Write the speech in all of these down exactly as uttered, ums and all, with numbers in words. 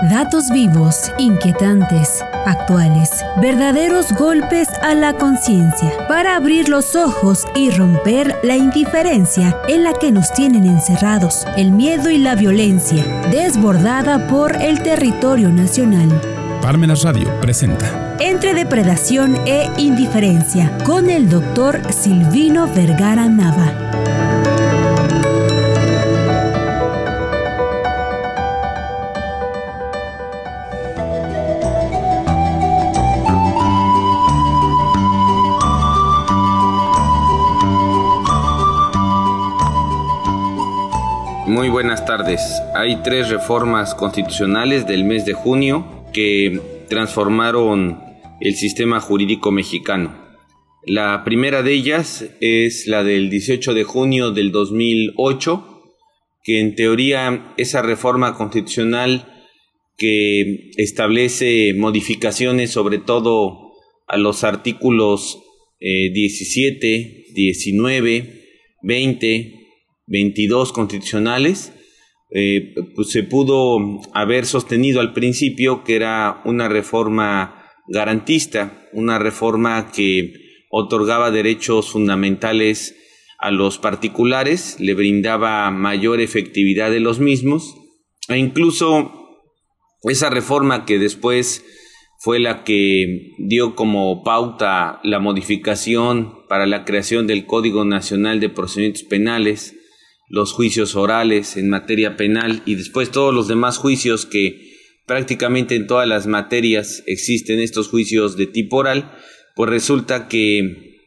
Datos vivos, inquietantes, actuales, verdaderos golpes a la conciencia para abrir los ojos y romper la indiferencia en la que nos tienen encerrados, el miedo y la violencia, desbordada por el territorio nacional. Parmenas Radio presenta Entre depredación e indiferencia, con el doctor Silvino Vergara Nava. Muy buenas tardes. Hay tres reformas constitucionales del mes de junio que transformaron el sistema jurídico mexicano. La primera de ellas es la del dieciocho de junio del dos mil ocho, que en teoría esa reforma constitucional que establece modificaciones sobre todo a los artículos eh, diecisiete, diecinueve, veinte, veintidós constitucionales, eh, pues se pudo haber sostenido al principio que era una reforma garantista, una reforma que otorgaba derechos fundamentales a los particulares, le brindaba mayor efectividad de los mismos, e incluso esa reforma que después fue la que dio como pauta la modificación para la creación del Código Nacional de Procedimientos Penales, los juicios orales en materia penal y después todos los demás juicios que prácticamente en todas las materias existen estos juicios de tipo oral, pues resulta que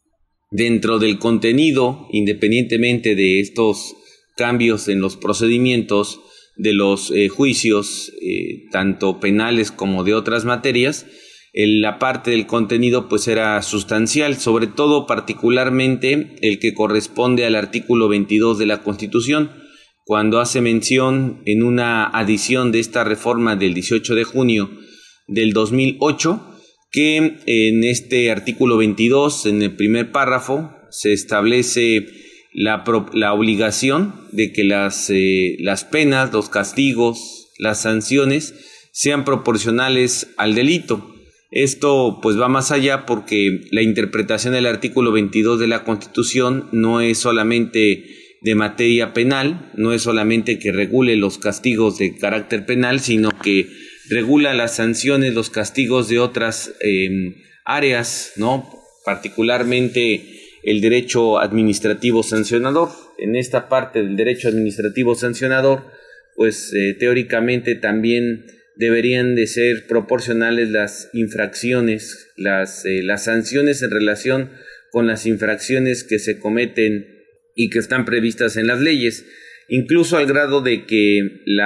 dentro del contenido, independientemente de estos cambios en los procedimientos de los eh, juicios, eh, tanto penales como de otras materias, la parte del contenido pues era sustancial, sobre todo particularmente el que corresponde al artículo veintidós de la Constitución, cuando hace mención en una adición de esta reforma del dieciocho de junio del dos mil ocho, que en este artículo veintidós, en el primer párrafo, se establece la, la obligación de que las, eh, las penas, los castigos, las sanciones sean proporcionales al delito. Esto pues va más allá porque la interpretación del artículo veintidós de la Constitución no es solamente de materia penal, no es solamente que regule los castigos de carácter penal, sino que regula las sanciones, los castigos de otras eh, áreas, ¿no? Particularmente el derecho administrativo sancionador. En esta parte del derecho administrativo sancionador, pues eh, teóricamente también deberían de ser proporcionales las infracciones, las, eh, las sanciones en relación con las infracciones que se cometen y que están previstas en las leyes, incluso al grado de que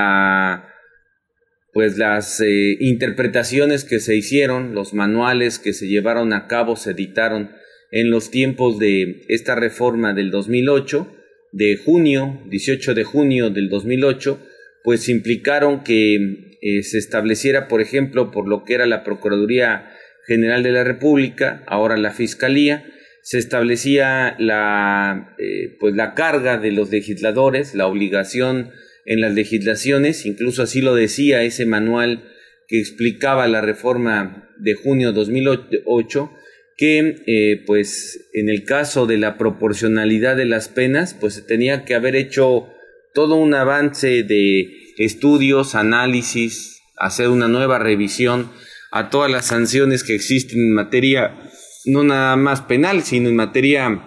la, pues las eh, interpretaciones que se hicieron, los manuales que se llevaron a cabo, se editaron en los tiempos de esta reforma del dos mil ocho, de junio, dieciocho de junio del dos mil ocho, pues implicaron que Eh, se estableciera, por ejemplo, por lo que era la Procuraduría General de la República, ahora la Fiscalía, se establecía la, eh, pues la carga de los legisladores, la obligación en las legislaciones, incluso así lo decía ese manual que explicaba la reforma de junio de dos mil ocho, que eh, pues en el caso de la proporcionalidad de las penas, pues se tenía que haber hecho todo un avance de estudios, análisis, hacer una nueva revisión a todas las sanciones que existen en materia, no nada más penal, sino en materia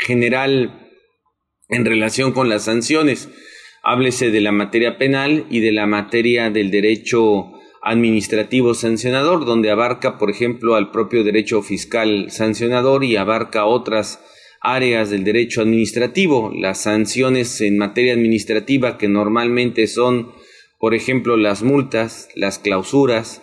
general en relación con las sanciones. Háblese de la materia penal y de la materia del derecho administrativo sancionador, donde abarca, por ejemplo, al propio derecho fiscal sancionador y abarca otras áreas del derecho administrativo. Las sanciones en materia administrativa que normalmente son, por ejemplo, las multas, las clausuras,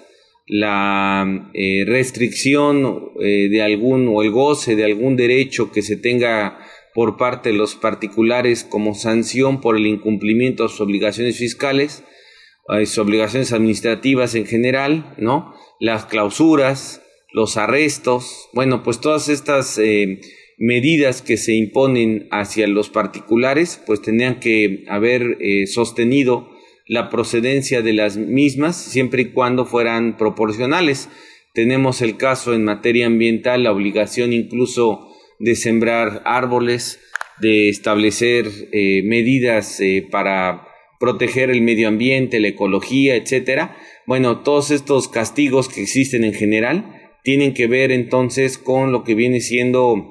la eh, restricción eh, de algún o el goce de algún derecho que se tenga por parte de los particulares como sanción por el incumplimiento de sus obligaciones fiscales, eh, sus obligaciones administrativas en general, ¿no? Las clausuras, los arrestos, bueno, pues todas estas eh, medidas que se imponen hacia los particulares, pues tenían que haber eh, sostenido la procedencia de las mismas, siempre y cuando fueran proporcionales. Tenemos el caso en materia ambiental, la obligación incluso de sembrar árboles, de establecer eh, medidas eh, para proteger el medio ambiente, la ecología, etcétera. Bueno, todos estos castigos que existen en general tienen que ver entonces con lo que viene siendo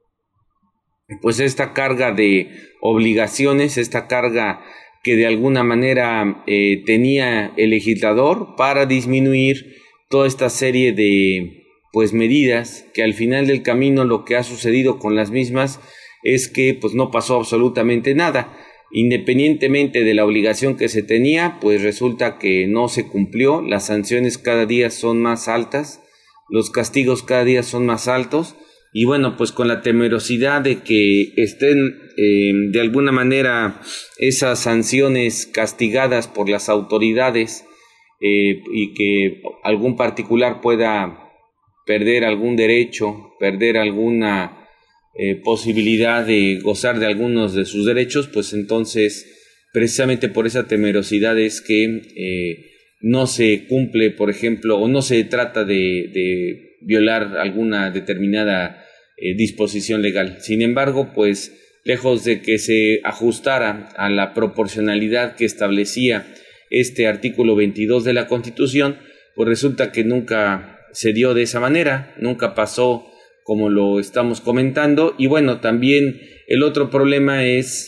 pues esta carga de obligaciones, esta carga que de alguna manera eh, tenía el legislador para disminuir toda esta serie de pues medidas que al final del camino lo que ha sucedido con las mismas es que pues no pasó absolutamente nada. Independientemente de la obligación que se tenía, pues resulta que no se cumplió, las sanciones cada día son más altas, los castigos cada día son más altos, y bueno, pues con la temerosidad de que estén eh, de alguna manera esas sanciones castigadas por las autoridades eh, y que algún particular pueda perder algún derecho, perder alguna Eh, posibilidad de gozar de algunos de sus derechos, pues entonces precisamente por esa temerosidad es que eh, no se cumple, por ejemplo, o no se trata de, de violar alguna determinada eh, disposición legal. Sin embargo, pues lejos de que se ajustara a la proporcionalidad que establecía este artículo veintidós de la Constitución, pues resulta que nunca se dio de esa manera, nunca pasó como lo estamos comentando. Y bueno, también el otro problema es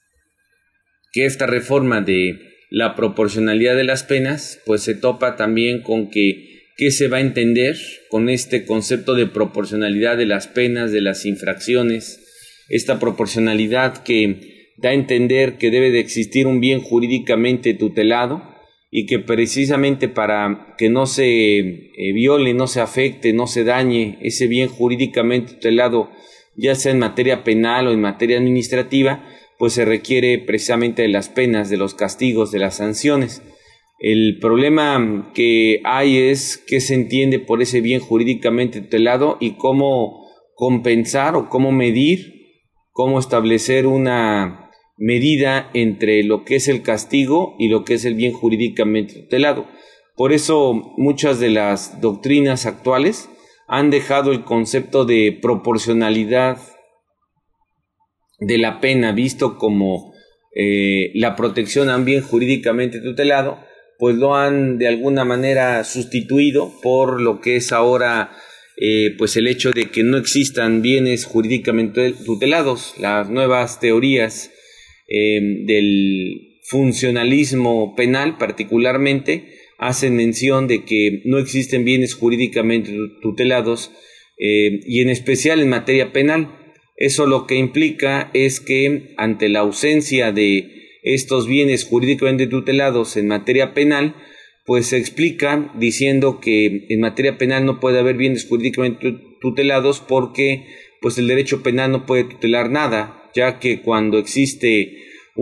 que esta reforma de la proporcionalidad de las penas, pues se topa también con que, ¿qué se va a entender con este concepto de proporcionalidad de las penas, de las infracciones? Esta proporcionalidad que da a entender que debe de existir un bien jurídicamente tutelado, y que precisamente para que no se eh, viole, no se afecte, no se dañe ese bien jurídicamente tutelado, ya sea en materia penal o en materia administrativa, pues se requiere precisamente de las penas, de los castigos, de las sanciones. El problema que hay es qué se entiende por ese bien jurídicamente tutelado y cómo compensar o cómo medir, cómo establecer una medida entre lo que es el castigo y lo que es el bien jurídicamente tutelado. Por eso muchas de las doctrinas actuales han dejado el concepto de proporcionalidad de la pena visto como eh, la protección a un bien jurídicamente tutelado, pues lo han de alguna manera sustituido por lo que es ahora eh, pues el hecho de que no existan bienes jurídicamente tutelados. Las nuevas teorías Eh, del funcionalismo penal particularmente hacen mención de que no existen bienes jurídicamente tutelados eh, y en especial en materia penal. Eso lo que implica es que ante la ausencia de estos bienes jurídicamente tutelados en materia penal, pues se explica diciendo que en materia penal no puede haber bienes jurídicamente tutelados porque pues el derecho penal no puede tutelar nada, ya que cuando existe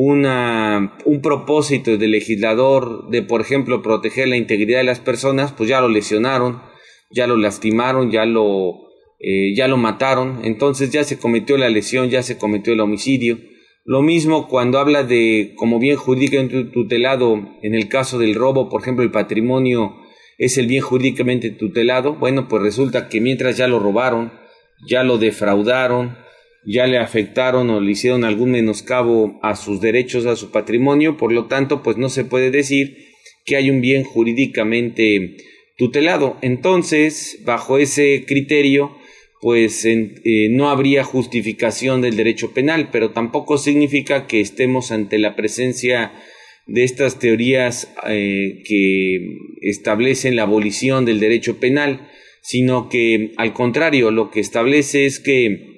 una, un propósito del legislador de, por ejemplo, proteger la integridad de las personas, pues ya lo lesionaron, ya lo lastimaron, ya lo, eh, ya lo mataron, entonces ya se cometió la lesión, ya se cometió el homicidio. Lo mismo cuando habla de como bien jurídicamente tutelado, en el caso del robo, por ejemplo, el patrimonio es el bien jurídicamente tutelado. Bueno, pues resulta que mientras ya lo robaron, ya lo defraudaron, ya le afectaron o le hicieron algún menoscabo a sus derechos, a su patrimonio, por lo tanto, pues no se puede decir que hay un bien jurídicamente tutelado. Entonces, bajo ese criterio, pues en, eh, no habría justificación del derecho penal, pero tampoco significa que estemos ante la presencia de estas teorías eh, que establecen la abolición del derecho penal, sino que al contrario, lo que establece es que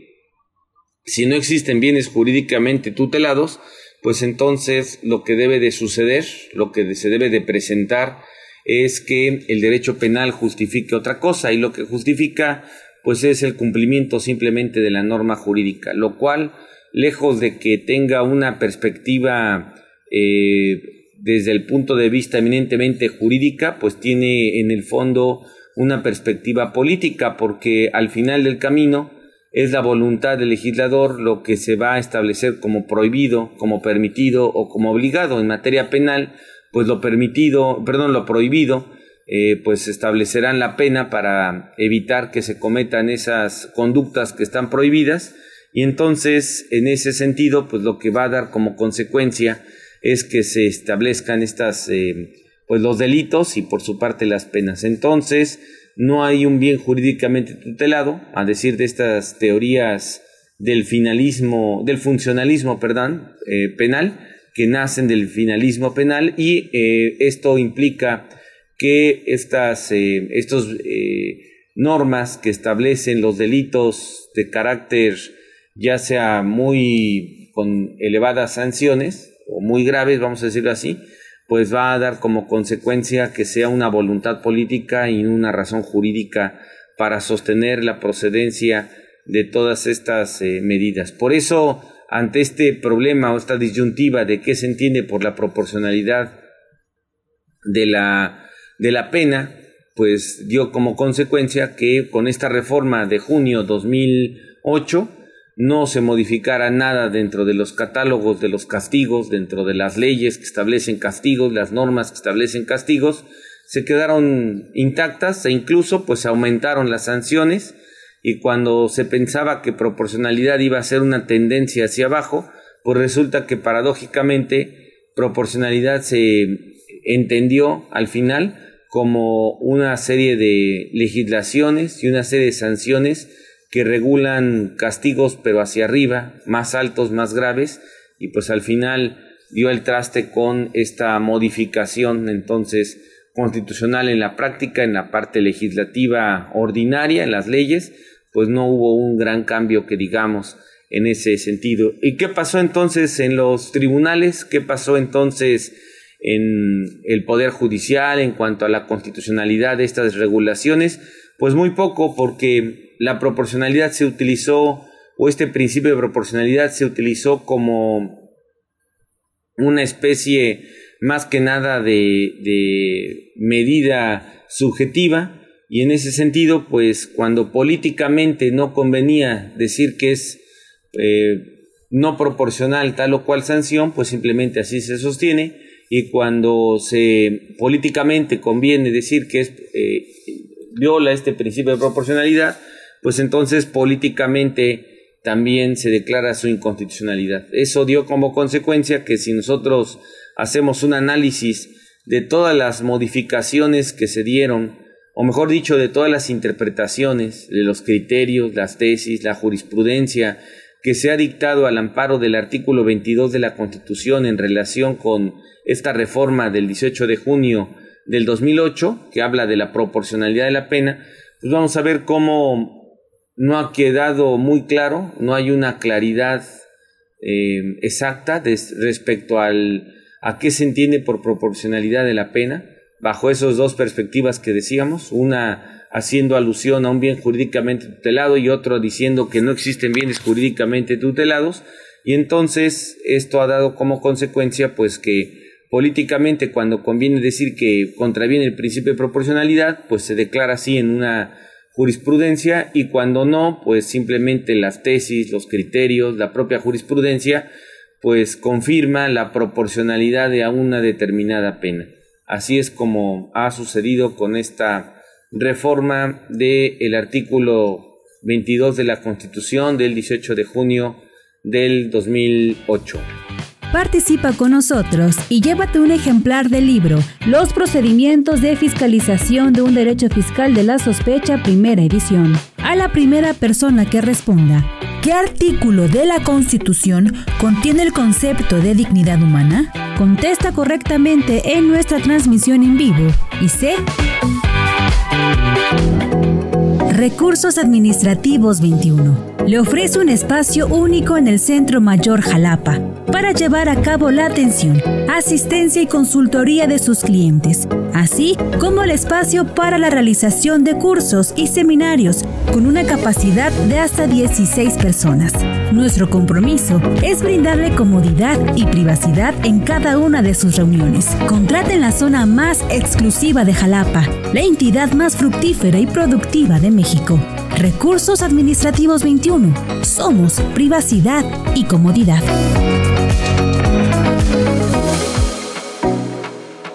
si no existen bienes jurídicamente tutelados, pues entonces lo que debe de suceder, lo que se debe de presentar es que el derecho penal justifique otra cosa, y lo que justifica pues es el cumplimiento simplemente de la norma jurídica, lo cual, lejos de que tenga una perspectiva eh, desde el punto de vista eminentemente jurídica, pues tiene en el fondo una perspectiva política, porque al final del camino es la voluntad del legislador lo que se va a establecer como prohibido, como permitido o como obligado. En materia penal, pues lo permitido, perdón, lo prohibido, eh, pues establecerán la pena para evitar que se cometan esas conductas que están prohibidas. Y entonces, en ese sentido, pues lo que va a dar como consecuencia es que se establezcan estas, eh, pues los delitos y por su parte las penas. Entonces, no hay un bien jurídicamente tutelado, a decir de estas teorías del finalismo, del funcionalismo, perdón, eh, penal, que nacen del finalismo penal, y eh, esto implica que estas, eh, estos eh, normas que establecen los delitos de carácter ya sea muy con elevadas sanciones o muy graves, vamos a decirlo así, pues va a dar como consecuencia que sea una voluntad política y una razón jurídica para sostener la procedencia de todas estas eh, medidas. Por eso, ante este problema o esta disyuntiva de qué se entiende por la proporcionalidad de la, de la pena, pues dio como consecuencia que con esta reforma de junio dos mil ocho no se modificara nada dentro de los catálogos de los castigos, dentro de las leyes que establecen castigos, las normas que establecen castigos, se quedaron intactas e incluso pues aumentaron las sanciones. Y cuando se pensaba que proporcionalidad iba a ser una tendencia hacia abajo, pues resulta que paradójicamente proporcionalidad se entendió al final como una serie de legislaciones y una serie de sanciones que regulan castigos pero hacia arriba, más altos, más graves, y pues al final dio el traste con esta modificación entonces constitucional en la práctica, en la parte legislativa ordinaria, en las leyes, pues no hubo un gran cambio que digamos en ese sentido. ¿Y qué pasó entonces en los tribunales? ¿Qué pasó entonces en el Poder Judicial en cuanto a la constitucionalidad de estas regulaciones? Pues muy poco, porque la proporcionalidad se utilizó, o este principio de proporcionalidad se utilizó como una especie más que nada de, de medida subjetiva, y en ese sentido, pues cuando políticamente no convenía decir que es eh, no proporcional tal o cual sanción, pues simplemente así se sostiene, y cuando se políticamente conviene decir que es eh, viola este principio de proporcionalidad, pues entonces políticamente también se declara su inconstitucionalidad. Eso dio como consecuencia que si nosotros hacemos un análisis de todas las modificaciones que se dieron, o mejor dicho, de todas las interpretaciones, de los criterios, las tesis, la jurisprudencia que se ha dictado al amparo del artículo veintidós de la Constitución en relación con esta reforma del dieciocho de junio del dos mil ocho, que habla de la proporcionalidad de la pena, pues vamos a ver cómo no ha quedado muy claro, no hay una claridad eh, exacta de, respecto al, a qué se entiende por proporcionalidad de la pena, bajo esas dos perspectivas que decíamos, una haciendo alusión a un bien jurídicamente tutelado y otro diciendo que no existen bienes jurídicamente tutelados, y entonces esto ha dado como consecuencia pues que políticamente cuando conviene decir que contraviene el principio de proporcionalidad, pues se declara así en una jurisprudencia, y cuando no, pues simplemente las tesis, los criterios, la propia jurisprudencia, pues confirma la proporcionalidad de una determinada pena. Así es como ha sucedido con esta reforma del artículo veintidós de la Constitución del dieciocho de junio del dos mil ocho. Participa con nosotros y llévate un ejemplar del libro Los procedimientos de fiscalización de un derecho fiscal de la sospecha, primera edición. A la primera persona que responda, ¿qué artículo de la Constitución contiene el concepto de dignidad humana? Contesta correctamente en nuestra transmisión en vivo y sé... Recursos Administrativos veintiuno le ofrece un espacio único en el Centro Mayor Jalapa para llevar a cabo la atención, asistencia y consultoría de sus clientes, así como el espacio para la realización de cursos y seminarios con una capacidad de hasta dieciséis personas. Nuestro compromiso es brindarle comodidad y privacidad en cada una de sus reuniones. Contrate en la zona más exclusiva de Jalapa, la entidad más fructífera y productiva de México. Recursos Administrativos veintiuno. Somos privacidad y comodidad.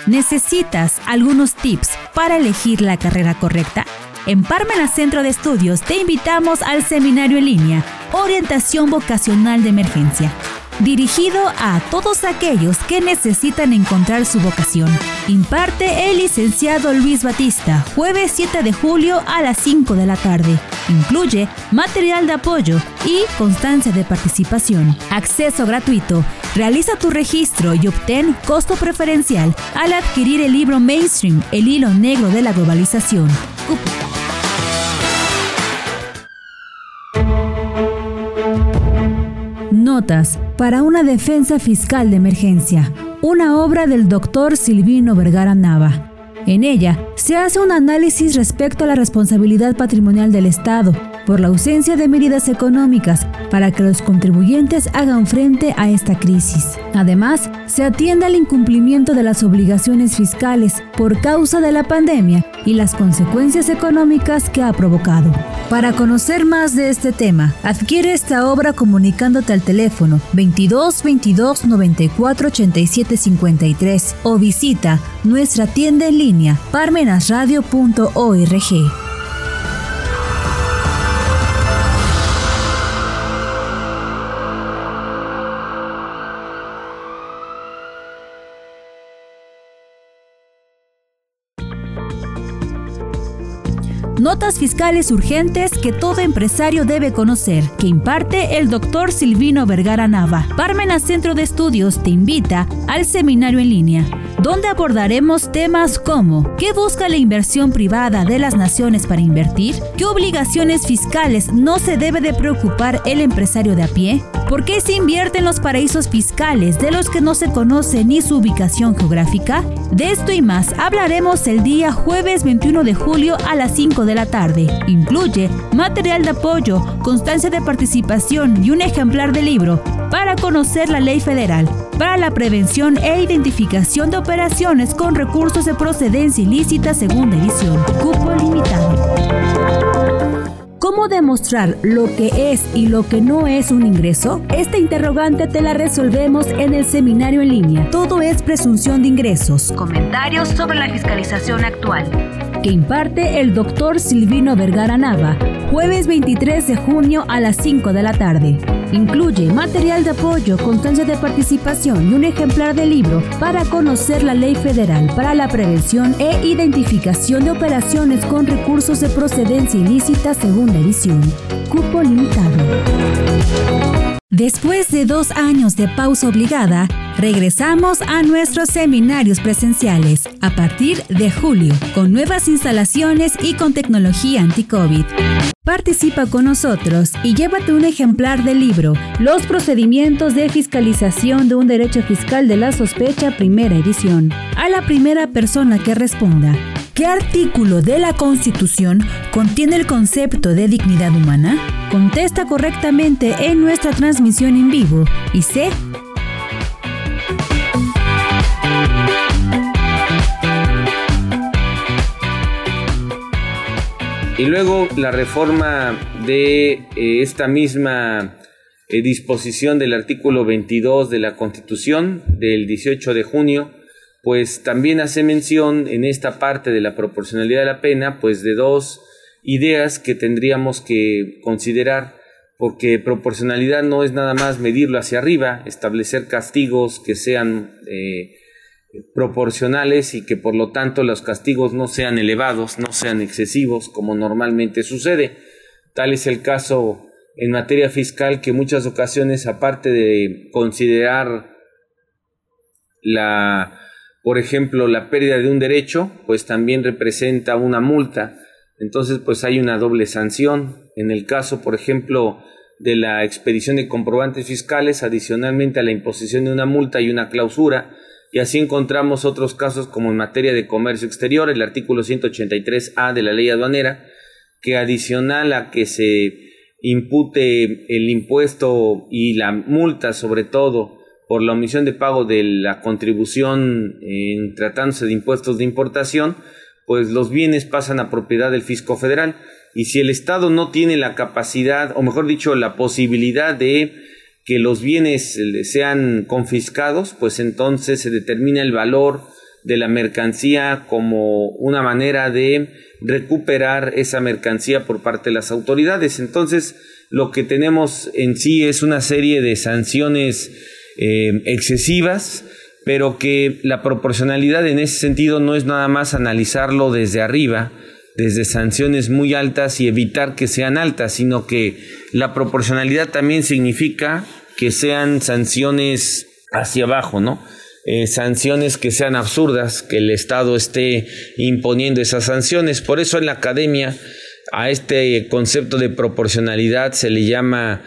¿Necesitas algunos tips para elegir la carrera correcta? En Parmenas Centro de Estudios te invitamos al seminario en línea Orientación Vocacional de Emergencia, dirigido a todos aquellos que necesitan encontrar su vocación. Imparte el licenciado Luis Batista, jueves siete de julio a las cinco de la tarde. Incluye material de apoyo y constancia de participación. Acceso gratuito. Realiza tu registro y obtén costo preferencial al adquirir el libro Mainstream, el hilo negro de la globalización. Cupo. Notas para una defensa fiscal de emergencia, una obra del doctor Silvino Vergara Nava. En ella se hace un análisis respecto a la responsabilidad patrimonial del Estado por la ausencia de medidas económicas para que los contribuyentes hagan frente a esta crisis. Además, se atiende al incumplimiento de las obligaciones fiscales por causa de la pandemia y las consecuencias económicas que ha provocado. Para conocer más de este tema, adquiere esta obra comunicándote al teléfono veintidós veintidós noventa y cuatro ochenta y siete cincuenta y tres o visita nuestra tienda en línea parmenas radio punto org. Notas fiscales urgentes que todo empresario debe conocer, que imparte el doctor Silvino Vergara Nava. Parmenas Centro de Estudios te invita al seminario en línea, donde abordaremos temas como ¿qué busca la inversión privada de las naciones para invertir? ¿Qué obligaciones fiscales no se debe de preocupar el empresario de a pie? ¿Por qué se invierte en los paraísos fiscales de los que no se conoce ni su ubicación geográfica? De esto y más hablaremos el día jueves veintiuno de julio a las cinco de la tarde. Incluye material de apoyo, constancia de participación y un ejemplar de libro para conocer la ley federal para la prevención e identificación de operaciones con recursos de procedencia ilícita, segunda edición. Cupo limitado. ¿Cómo demostrar lo que es y lo que no es un ingreso? Esta interrogante te la resolvemos en el seminario en línea. Todo es presunción de ingresos. Comentarios sobre la fiscalización actual, que imparte el doctor Silvino Vergara Nava, jueves veintitrés de junio a las cinco de la tarde. Incluye material de apoyo, constancia de participación y un ejemplar de libro para conocer la ley federal para la prevención e identificación de operaciones con recursos de procedencia ilícita, segunda edición. Cupo limitado. Después de dos años de pausa obligada, regresamos a nuestros seminarios presenciales a partir de julio, con nuevas instalaciones y con tecnología anti-COVID. Participa con nosotros y llévate un ejemplar del libro Los procedimientos de fiscalización de un derecho fiscal de la sospecha, primera edición. A la primera persona que responda, ¿qué artículo de la Constitución contiene el concepto de dignidad humana? Contesta correctamente en nuestra transmisión en vivo y sé Y luego la reforma de eh, esta misma eh, disposición del artículo veintidós de la Constitución del dieciocho de junio, pues también hace mención en esta parte de la proporcionalidad de la pena, pues de dos ideas que tendríamos que considerar, porque proporcionalidad no es nada más medirlo hacia arriba, establecer castigos que sean eh, proporcionales y que por lo tanto los castigos no sean elevados, no sean excesivos como normalmente sucede. Tal es el caso en materia fiscal, que en muchas ocasiones, aparte de considerar la, por ejemplo, la pérdida de un derecho, pues también representa una multa. Entonces pues hay una doble sanción. En el caso, por ejemplo, de la expedición de comprobantes fiscales, adicionalmente a la imposición de una multa y una clausura. Y así encontramos otros casos como en materia de comercio exterior, el artículo ciento ochenta y tres A de la ley aduanera, que adicional a que se impute el impuesto y la multa, sobre todo por la omisión de pago de la contribución en tratándose de impuestos de importación, pues los bienes pasan a propiedad del fisco federal. Y si el Estado no tiene la capacidad, o mejor dicho, la posibilidad de que los bienes sean confiscados, pues entonces se determina el valor de la mercancía como una manera de recuperar esa mercancía por parte de las autoridades. Entonces, lo que tenemos en sí es una serie de sanciones eh, excesivas, pero que la proporcionalidad en ese sentido no es nada más analizarlo desde arriba, desde sanciones muy altas y evitar que sean altas, sino que la proporcionalidad también significa que sean sanciones hacia abajo, ¿no? Eh, sanciones que sean absurdas, que el Estado esté imponiendo esas sanciones. Por eso en la academia a este concepto de proporcionalidad se le llama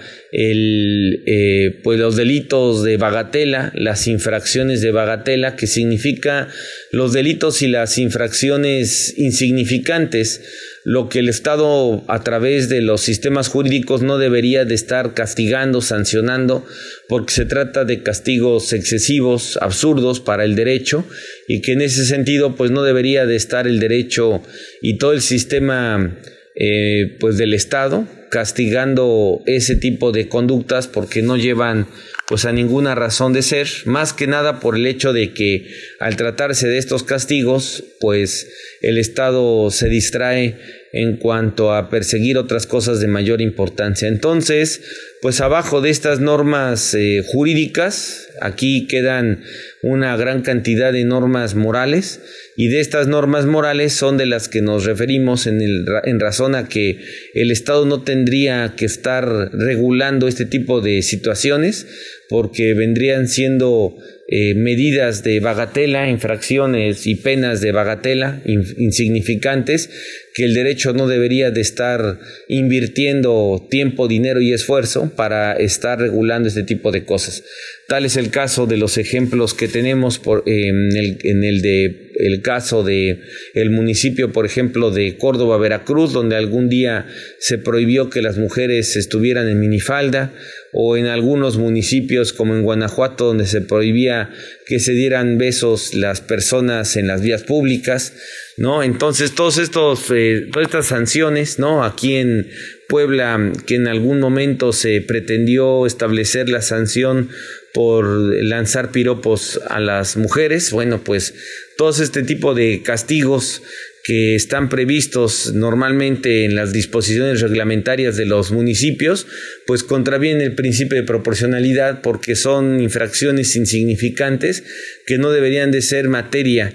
el, eh, pues los delitos de bagatela, las infracciones de bagatela, que significa los delitos y las infracciones insignificantes, lo que el Estado a través de los sistemas jurídicos no debería de estar castigando, sancionando, porque se trata de castigos excesivos, absurdos para el derecho, y que en ese sentido pues no debería de estar el derecho y todo el sistema eh, pues del Estado castigando ese tipo de conductas, porque no llevan pues a ninguna razón de ser, más que nada por el hecho de que al tratarse de estos castigos, pues el Estado se distrae en cuanto a perseguir otras cosas de mayor importancia. Entonces, pues abajo de estas normas eh, jurídicas, aquí quedan una gran cantidad de normas morales, y de estas normas morales son de las que nos referimos en, el, en razón a que el Estado no tendría que estar regulando este tipo de situaciones, porque vendrían siendo eh, medidas de bagatela, infracciones y penas de bagatela in, insignificantes, que el derecho no debería de estar invirtiendo tiempo, dinero y esfuerzo para estar regulando este tipo de cosas. Tal es el caso de los ejemplos que tenemos por, eh, en, el, en el de el caso de el municipio, por ejemplo, de Córdoba, Veracruz, donde algún día se prohibió que las mujeres estuvieran en minifalda, o en algunos municipios como en Guanajuato, donde se prohibía que se dieran besos las personas en las vías públicas, ¿no? Entonces, todos estos, eh, todas estas sanciones, ¿no? Aquí en Puebla, que en algún momento se pretendió establecer la sanción por lanzar piropos a las mujeres, bueno, pues todos este tipo de castigos que están previstos normalmente en las disposiciones reglamentarias de los municipios, pues contravienen el principio de proporcionalidad, porque son infracciones insignificantes que no deberían de ser materia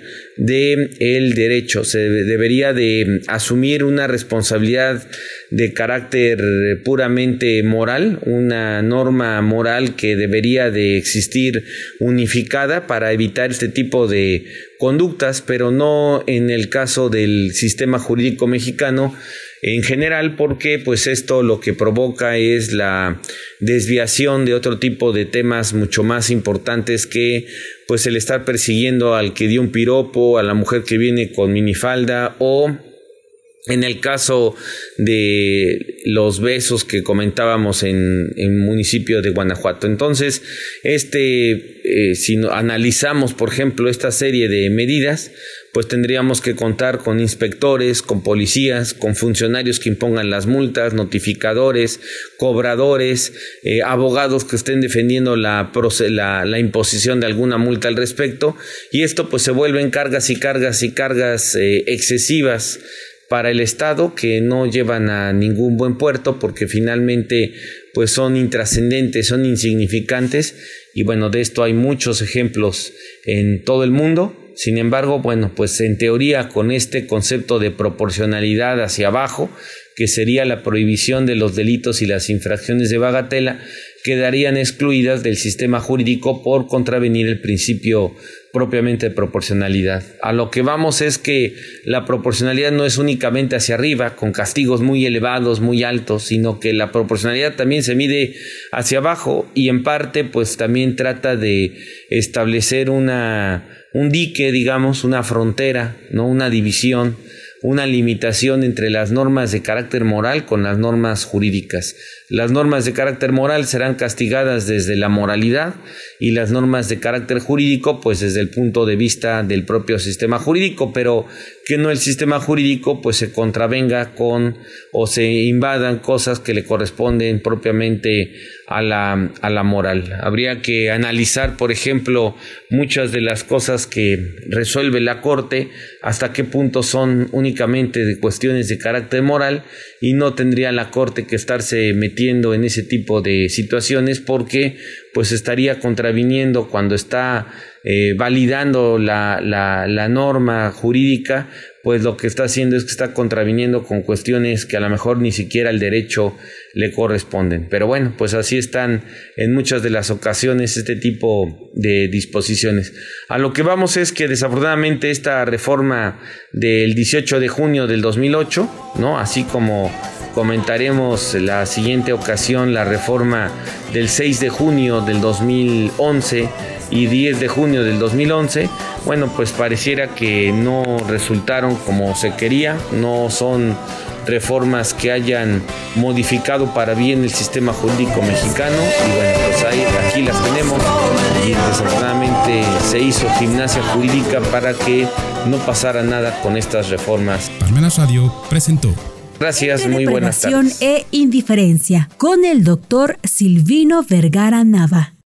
del derecho. Se debería de asumir una responsabilidad de carácter puramente moral, una norma moral que debería de existir unificada para evitar este tipo de conductas, pero no en el caso del sistema jurídico mexicano en general, porque pues esto lo que provoca es la desviación de otro tipo de temas mucho más importantes que pues el estar persiguiendo al que dio un piropo, a la mujer que viene con minifalda, o en el caso de los besos que comentábamos en el municipio de Guanajuato. Entonces, este, eh, si analizamos, por ejemplo, esta serie de medidas, pues tendríamos que contar con inspectores, con policías, con funcionarios que impongan las multas, notificadores, cobradores, eh, abogados que estén defendiendo la, la, la imposición de alguna multa al respecto, y esto pues se vuelven cargas y cargas y cargas eh, excesivas para el Estado, que no llevan a ningún buen puerto, porque finalmente pues son intrascendentes, son insignificantes, y bueno, de esto hay muchos ejemplos en todo el mundo. Sin embargo, bueno, pues en teoría, con este concepto de proporcionalidad hacia abajo, que sería la prohibición de los delitos y las infracciones de bagatela, quedarían excluidas del sistema jurídico por contravenir el principio propiamente de proporcionalidad. A lo que vamos es que la proporcionalidad no es únicamente hacia arriba, con castigos muy elevados, muy altos, sino que la proporcionalidad también se mide hacia abajo, y en parte pues también trata de establecer una, un dique, digamos, una frontera, ¿no? Una división, una limitación entre las normas de carácter moral con las normas jurídicas. Las normas de carácter moral serán castigadas desde la moralidad, y las normas de carácter jurídico pues desde el punto de vista del propio sistema jurídico, pero que no el sistema jurídico pues se contravenga con o se invadan cosas que le corresponden propiamente a la, a la moral. Habría que analizar, por ejemplo, muchas de las cosas que resuelve la Corte, hasta qué punto son únicamente de cuestiones de carácter moral, y no tendría la Corte que estarse metiendo en ese tipo de situaciones, porque pues estaría contraviniendo cuando está eh, validando la, la, la norma jurídica, pues lo que está haciendo es que está contraviniendo con cuestiones que a lo mejor ni siquiera el derecho le corresponden. Pero bueno, pues así están en muchas de las ocasiones este tipo de disposiciones. A lo que vamos es que desafortunadamente esta reforma del dieciocho de junio del dos mil ocho, ¿no? Así como comentaremos la siguiente ocasión la reforma del seis de junio del dos mil once y diez de junio del dos mil once, bueno, pues pareciera que no resultaron como se quería, no son reformas que hayan modificado para bien el sistema jurídico mexicano, y bueno, pues ahí, aquí las tenemos, y desafortunadamente se hizo gimnasia jurídica para que no pasara nada con estas reformas. Parmenas Radio presentó. Gracias, muy buenas tardes. Reparación e indiferencia con el doctor Silvino Vergara Nava.